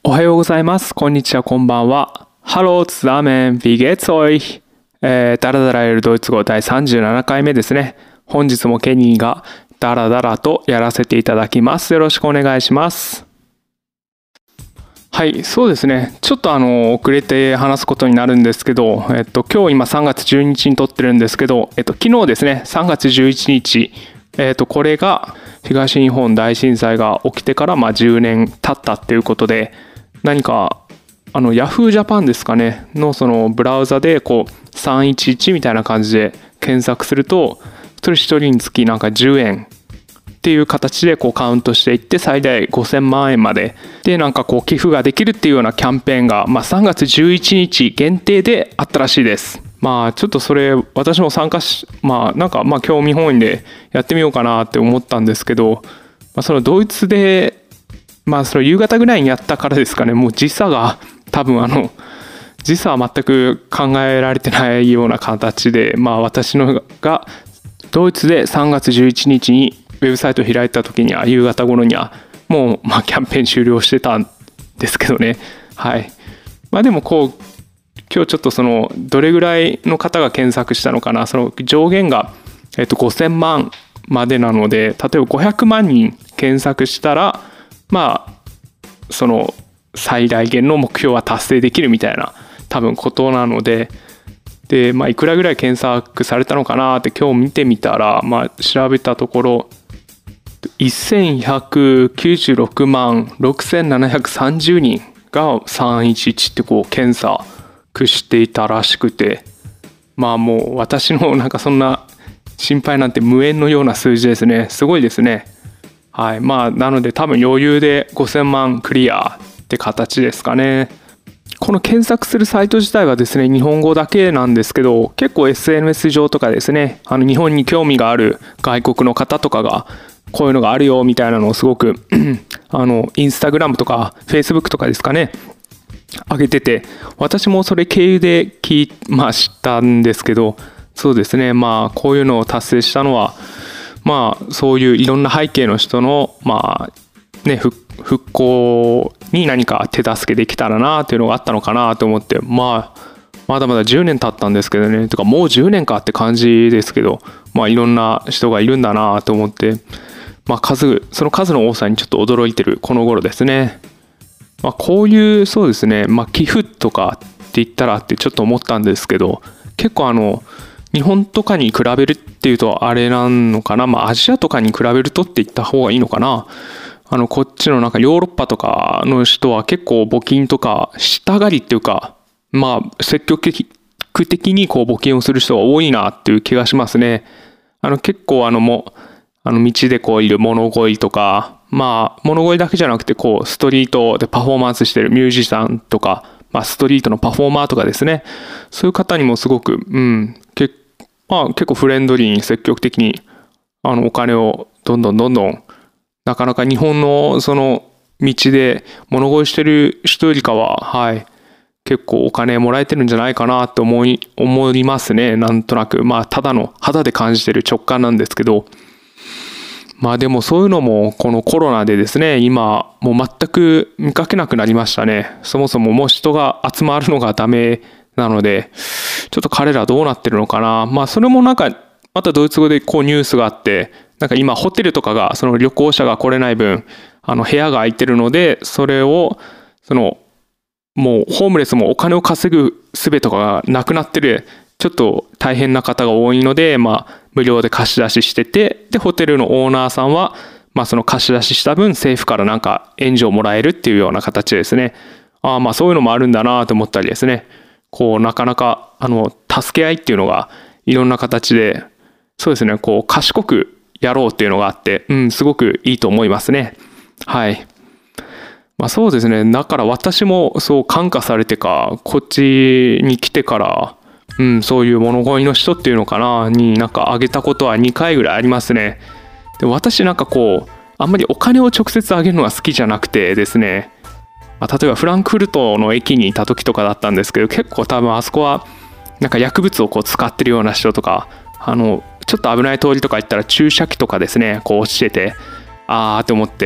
おはようございます。こんにちは、こんばんは。Hallo zusammen, wie geht's euch? ダラダラやるドイツ語第37回目ですね。本日もケニーがダラダラとやらせていただきます。よろしくお願いします。はい、そうですね。ちょっと遅れて話すことになるんですけど、今日今3月12日に撮ってるんですけど、昨日ですね、3月11日、これが東日本大震災が起きてから10年経ったっていうことで、何かYahoo! ジャパンですかねのそのブラウザでこう311みたいな感じで検索すると、一人につきなんか10円っていう形でこうカウントしていって、最大5000万円まででなんかこう寄付ができるっていうようなキャンペーンが3月11日限定であったらしいです。ちょっとそれ私も参加しなんか興味本位でやってみようかなって思ったんですけど、そのドイツでその夕方ぐらいにやったからですかね、もう時差が多分時差は全く考えられてないような形で、私のがドイツで3月11日にウェブサイトを開いた時には夕方頃にはもうキャンペーン終了してたんですけどね。はい。でもこう今日ちょっとそのどれぐらいの方が検索したのかな、その上限が5000万までなので、例えば500万人検索したらその最大限の目標は達成できるみたいな多分ことなので、いくらぐらい検索されたのかなって今日見てみたら、調べたところ1196万6730人が311ってこう検索していたらしくて、もう私のなんかそんな心配なんて無縁のような数字ですね。すごいですね。はい。なので多分余裕で5000万クリアって形ですかね。この検索するサイト自体はですね、日本語だけなんですけど、結構 SNS 上とかですね、日本に興味がある外国の方とかがこういうのがあるよみたいなのをすごくインスタグラムとかフェイスブックとかですかね、上げてて、私もそれ経由で知ったんですけど、そうですね、こういうのを達成したのはそういういろんな背景の人の復興に何か手助けできたらなというのがあったのかなと思って、まだまだ10年経ったんですけどね、とかもう10年かって感じですけど、いろんな人がいるんだなと思って、その数の多さにちょっと驚いてるこの頃ですね。こういうそうですね、寄付とかって言ったらってちょっと思ったんですけど、結構日本とかに比べるっていうとあれなのかな、アジアとかに比べるとって言った方がいいのかな。こっちのなんかヨーロッパとかの人は結構募金とかしたがりっていうか、積極的にこう募金をする人が多いなっていう気がしますね。結構道でこういる物乞いとか、物乞いだけじゃなくてこうストリートでパフォーマンスしてるミュージシャンとか、ストリートのパフォーマーとかですね、そういう方にもすごく、結構フレンドリーに積極的にお金をどんどんなかなか日本のその道で物乞いしてる人よりかは、結構お金もらえてるんじゃないかなと思いますね。なんとなくただの肌で感じてる直感なんですけど、でもそういうのもこのコロナでですね、今もう全く見かけなくなりましたね。そもそももう人が集まるのがダメなので、ちょっと彼らどうなってるのかな。それもなんかまたドイツ語でこうニュースがあって、なんか今ホテルとかがその旅行者が来れない分部屋が空いてるので、それをもうホームレスもお金を稼ぐ術とかがなくなってる、ちょっと大変な方が多いので、無料で貸し出ししてて、でホテルのオーナーさんはその貸し出しした分政府からなんか援助をもらえるっていうような形ですね。そういうのもあるんだなと思ったりですね。こうなかなか助け合いっていうのがいろんな形で、そうですね、こう賢くやろうっていうのがあって、すごくいいと思いますね。はい。そうですね。だから私もそう感化されてか、こっちに来てから、そういう物乞いの人っていうのかなになんかあげたことは2回ぐらいありますね。で、私なんかこうあんまりお金を直接あげるのが好きじゃなくてですね。例えばフランクフルトの駅にいた時とかだったんですけど、結構多分あそこはなんか薬物をこう使ってるような人とか、ちょっと危ない通りとか行ったら注射器とかですねこう落ちてて、って思って、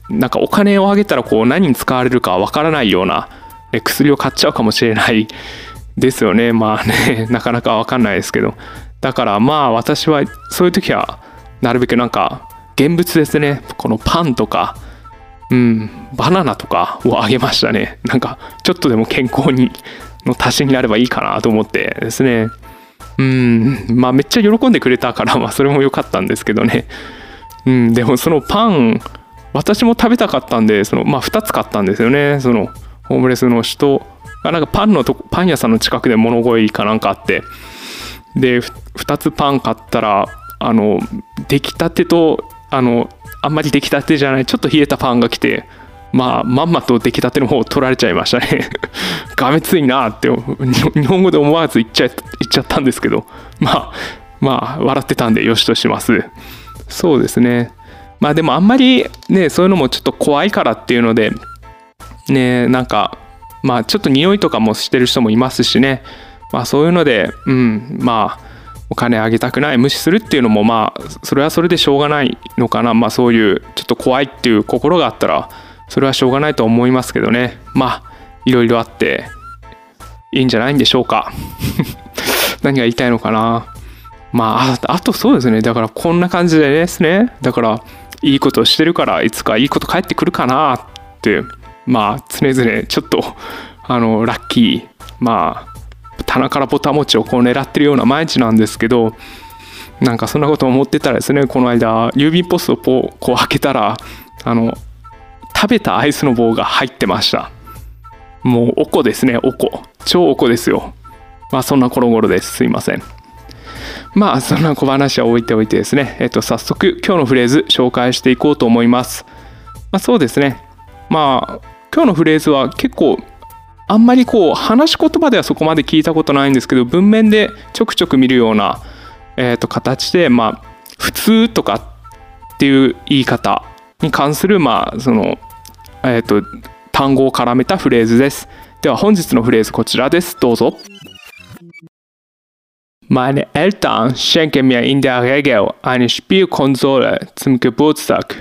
なんかお金をあげたらこう何に使われるかわからないような、ね、薬を買っちゃうかもしれないですよね。まあね、なかなかわかんないですけど。だからまあ私はそういう時はなるべくなんか現物ですね。このパンとか、バナナとかをあげましたね。なんかちょっとでも健康にの足しになればいいかなと思ってですね。まあめっちゃ喜んでくれたから、まあそれも良かったんですけどね。でもそのパン、私も食べたかったんで、2つ買ったんですよね。そのホームレスの人がなんかパン屋さんの近くで物乞いかなんかあって、で2つパン買ったら出来たてとあんまり出来たてじゃないちょっと冷えたパンが来て、まんまと出来たての方を取られちゃいましたね。がめついなって日本語で思わず言っちゃったんですけど、まあ笑ってたんでよしとします。そうですね。まあでもあんまりねそういうのもちょっと怖いからっていうのでね、なんかまあちょっと匂いとかもしてる人もいますしね、まあそういうのでまあお金あげたくない、無視するっていうのもまあそれはそれでしょうがないのかな。まあそういうちょっと怖いっていう心があったらそれはしょうがないと思いますけどね。まあいろいろあっていいんじゃないんでしょうか。何が言いたいのかな。まああとそうですね、だからこんな感じでですね、だからいいことをしてるからいつかいいこと返ってくるかなってまあ常々ちょっとラッキー、まあ棚からぼたもちをこう狙ってるような毎日なんですけど、なんかそんなこと思ってたらですね、この間郵便ポストをこう開けたら食べたアイスの棒が入ってました。もうおこですね、おこ、超おこですよ。まあそんな頃々です。すいません。まあそんな小話は置いておいてですね、早速今日のフレーズ紹介していこうと思います。まあそうですね、まあ今日のフレーズは結構あんまりこう話し言葉ではそこまで聞いたことないんですけど、文面でちょくちょく見るような、形で、まあ普通とかっていう言い方に関するまあその単語を絡めたフレーズです。では本日のフレーズこちらです。どうぞ。Meine Eltern schenken mir in der Regel eine Spielkonsole zum Geburtstag.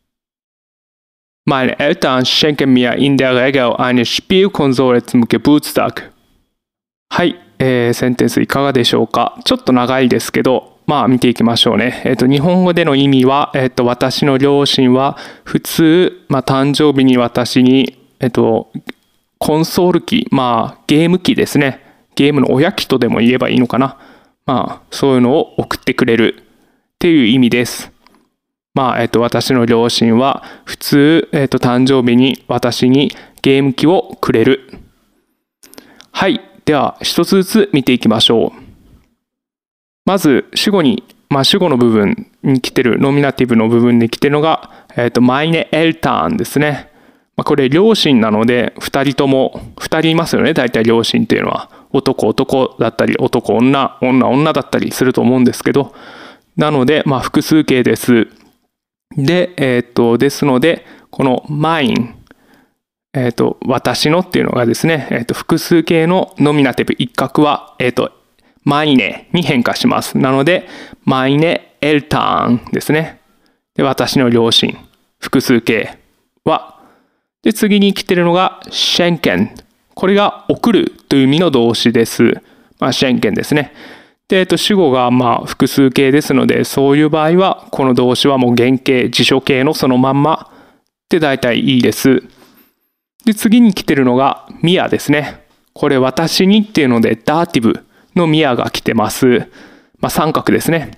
Meine Eltern schenken mir in der Regel eine Spielkonsole zum Geburtstag. はい、センテンスいかがでしょうか。ちょっと長いですけど、まあ見ていきましょうね。日本語での意味は、私の両親は普通、誕生日に私に、コンソール機、ゲーム機ですね。ゲームの親機とでも言えばいいのかな。そういうのを送ってくれるっていう意味です。私の両親は普通、誕生日に私にゲーム機をくれる。はい。では、一つずつ見ていきましょう。まず、主語の部分に来てる、ノミナティブの部分に来てるのが、meine Eltern ですね。これ、両親なので、二人いますよね。大体両親っていうのは。男だったり、男女だったりすると思うんですけど、なので、複数形です。で、ですので、この mine、私のっていうのがですね、複数形のノミナティブ一角は、meine に変化します。なので、meine Eltern ですね。で、私の両親、複数形は。で、次に来てるのが schenken。これが送るという意味の動詞です。schenken ですね。で、主語が複数形ですので、そういう場合は、この動詞はもう原形、辞書形のそのまんまで大体いいです。で、次に来てるのが、ミアですね。これ、私にっていうので、ダーティブのミアが来てます。三角ですね。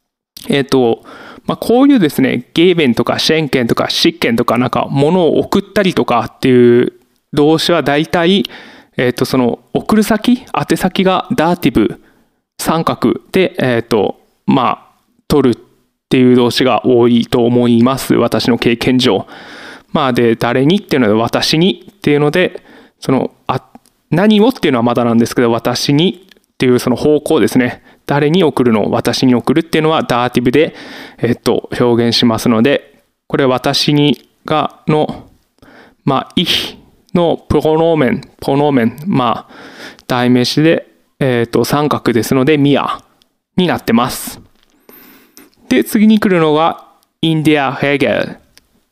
こういうですね、ゲーベンとかシェンケンとかシッケンとかなんか物を送ったりとかっていう動詞は大体、その送る先、宛先がダーティブ、三角で、取るっていう動詞が多いと思います。私の経験上。で、誰にっていうので、私にっていうので、何をっていうのはまだなんですけど、私にっていうその方向ですね。誰に送るの、私に送るっていうのはダーティブで、表現しますので、これ私にの、ich のプロノーメン、代名詞で、三角ですので、ミアになってます。で、次に来るのが、in der Regel。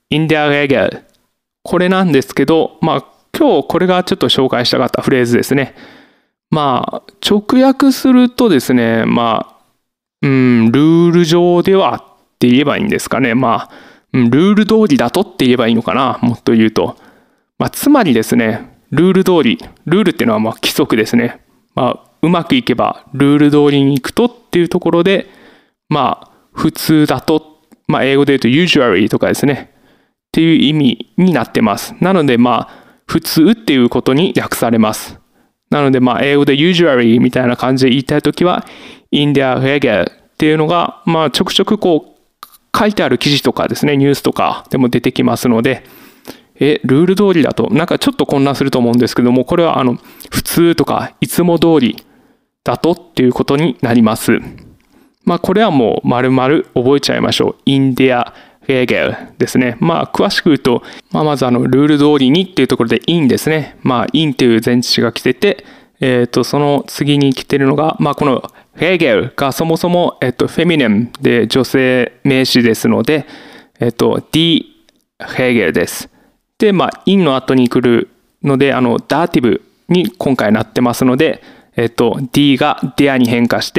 in der Regel。これなんですけど、まあ今日これがちょっと紹介したかったフレーズですね。まあ直訳するとですね、まあ、ルール上ではって言えばいいんですかね。まあ、ルール通りだとって言えばいいのかな。もっと言うと。まあつまりですね、ルール通り、ルールっていうのはまあ規則ですね。まあうまくいけばルール通りに行くとっていうところで、まあ普通だと、まあ英語で言うと usually とかですね。っていう意味になってます。なのでまあ普通っていうことに訳されます。なのでまあ英語で usually みたいな感じで言いたいときは in der Regel っていうのがまあちょくちょくこう書いてある記事とかですね、ニュースとかでも出てきますので、ルール通りだとなんかちょっと混乱すると思うんですけども、これは普通とかいつも通りだとっていうことになります。まあこれはもう丸々覚えちゃいましょう。in der Regel ですね。まあ詳しく言うと、まあ、まずルール通りにっていうところで in ですね。まあ in っていう前置詞が来てて、その次に来てるのが、まあこの Regel がそもそもフェミニンで女性名詞ですので、die Regel です。で、まあ in の後に来るので、ダーティブに今回なってますので、die が der に変化して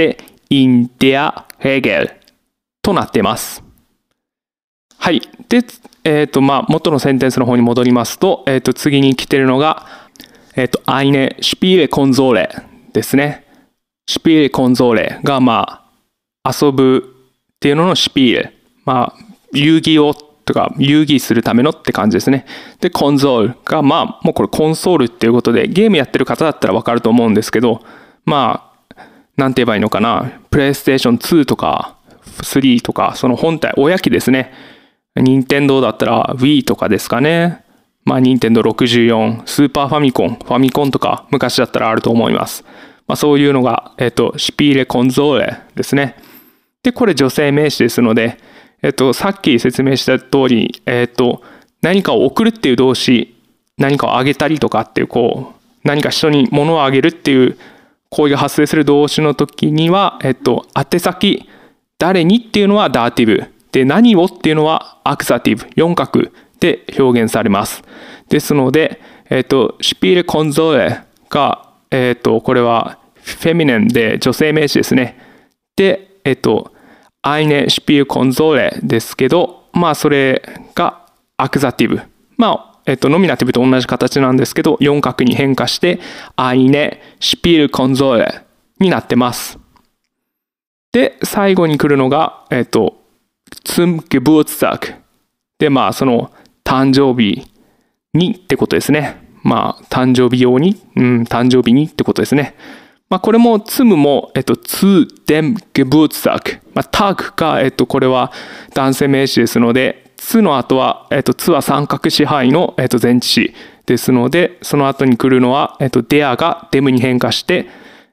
in der Regel となっています。はい。で、まあ、元のセンテンスの方に戻りますと、次に来てるのが、eine Spielekonsole ですね。Spielekonsole が、まあ、遊ぶっていうののシピール。まあ、遊戯をとか、遊戯するためのって感じですね。で、コンソールが、まあ、もうこれコンソールっていうことで、ゲームやってる方だったらわかると思うんですけど、まあ、なんて言えばいいのかな。プレイステーション2とか、3とか、その本体、親機ですね。任天堂だったら Wii とかですかね。まあ、任天堂64、スーパーファミコンとか昔だったらあると思います。まあ、そういうのが、シピーレコンソーレですね。で、これ女性名詞ですので、さっき説明した通り、何かを送るっていう動詞、何かをあげたりとかっていう、こう、何か人に物をあげるっていう行為が発生する動詞の時には、宛先、誰にっていうのはダーティブ。で、何をっていうのはアクサティブ、4画で表現されます。ですので、シピーレコンソーレが、これはフェミニンで女性名詞ですね。で、eine Spielkonsole ですけど、まあそれがアクザティブ。まあ、ノミナティブと同じ形なんですけど、4画に変化して、eine Spielkonsole になってます。で、最後に来るのが、zum Geburtstag で、まあその誕生日にってことですね。まあ誕生日用に、誕生日にってことですね。まあこれもzumもzu dem Geburtstag、まあ Tag がこれは男性名詞ですので、zuの後はzuは三角支配の前置詞ですので、その後に来るのはder が dem に変化して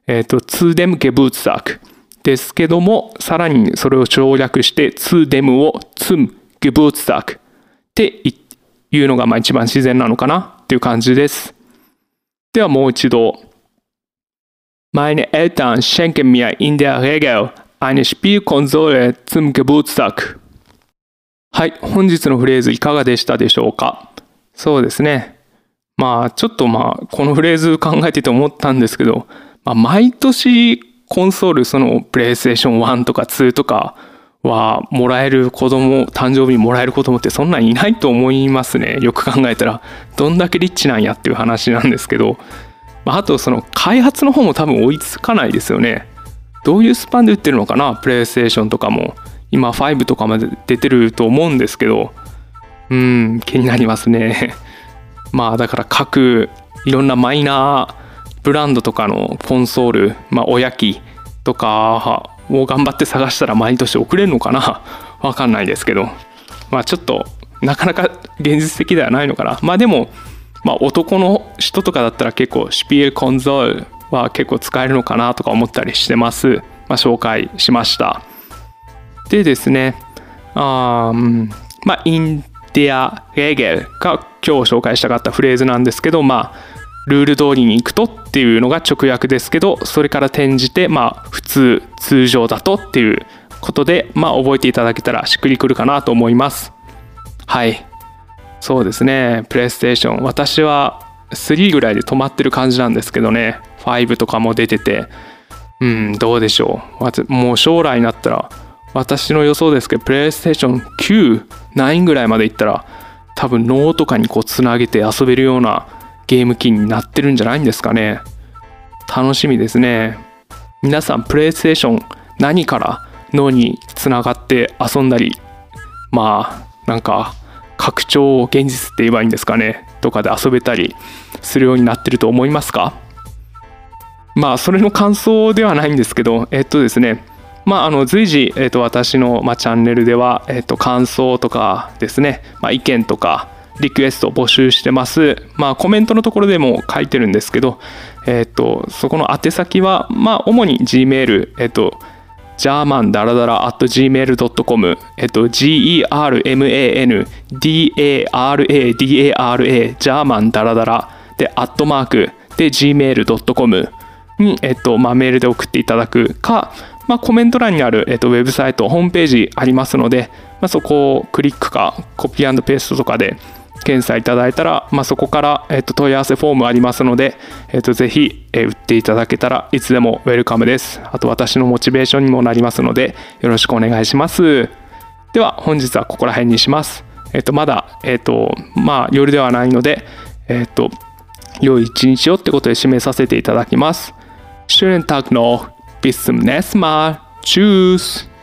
zu dem Geburtstagですけども、さらにそれを省略して zu dem を zum Geburtstag っていうのがまあ一番自然なのかなっていう感じです。ではもう一度。Meine Eltern schenken mir in der Regel eine Spielkonsole zum Geburtstag。はい、本日のフレーズいかがでしたでしょうか。そうですね。まあちょっとこのフレーズ考えてて思ったんですけど、毎年コンソールそのプレイステーション1とか2とかはもらえる子供、誕生日にもらえる子供ってそんなにいないと思いますね。よく考えたらどんだけリッチなんやっていう話なんですけど、あとその開発の方も多分追いつかないですよね。どういうスパンで売ってるのかな。プレイステーションとかも今5とかまで出てると思うんですけど、気になりますね。だから各いろんなマイナーブランドとかのコンソール、親機とかを頑張って探したら毎年送れるのかな。わかんないですけど、ちょっとなかなか現実的ではないのかな。でも男の人とかだったら結構シピールコンソールは結構使えるのかなとか思ったりしてます。紹介しました。でですね、in der Regel が今日紹介したかったフレーズなんですけど、ルール通りに行くとっていうのが直訳ですけど、それから転じて普通通常だとっていうことで覚えていただけたらしっくりくるかなと思います。はい。 そうですね、プレイステーション、私は3ぐらいで止まってる感じなんですけどね、5とかも出てて、どうでしょう。もう将来になったら、私の予想ですけど、プレイステーション9、9ぐらいまでいったら、多分脳とかにこうつなげて遊べるようなゲーム機になってるんじゃないんですかね。楽しみですね。皆さんプレイステーション何から脳につながって遊んだり、なんか拡張現実って言えばいいんですかね、とかで遊べたりするようになってると思いますか？それの感想ではないんですけど、ですね、随時、私の、チャンネルでは、感想とかですね、意見とかリクエストを募集してます。コメントのところでも書いてるんですけど、そこの宛先は、主に Gmail、germandaradara@gmail.com、germandaradara、germandaradara で、で gmail.com に、メールで送っていただくか、コメント欄にある、ウェブサイト、ホームページありますので、そこをクリックかコピー&ペーストとかで検査いただいたら、そこから、問い合わせフォームありますので、ぜひ、打っていただけたらいつでもウェルカムです。あと私のモチベーションにもなりますので、よろしくお願いします。では本日はここら辺にします。まだ、夜ではないので、良い一日をってことで締めさせていただきます。Schönen Tag noch. Bis zum nächsten Mal. Tschüss.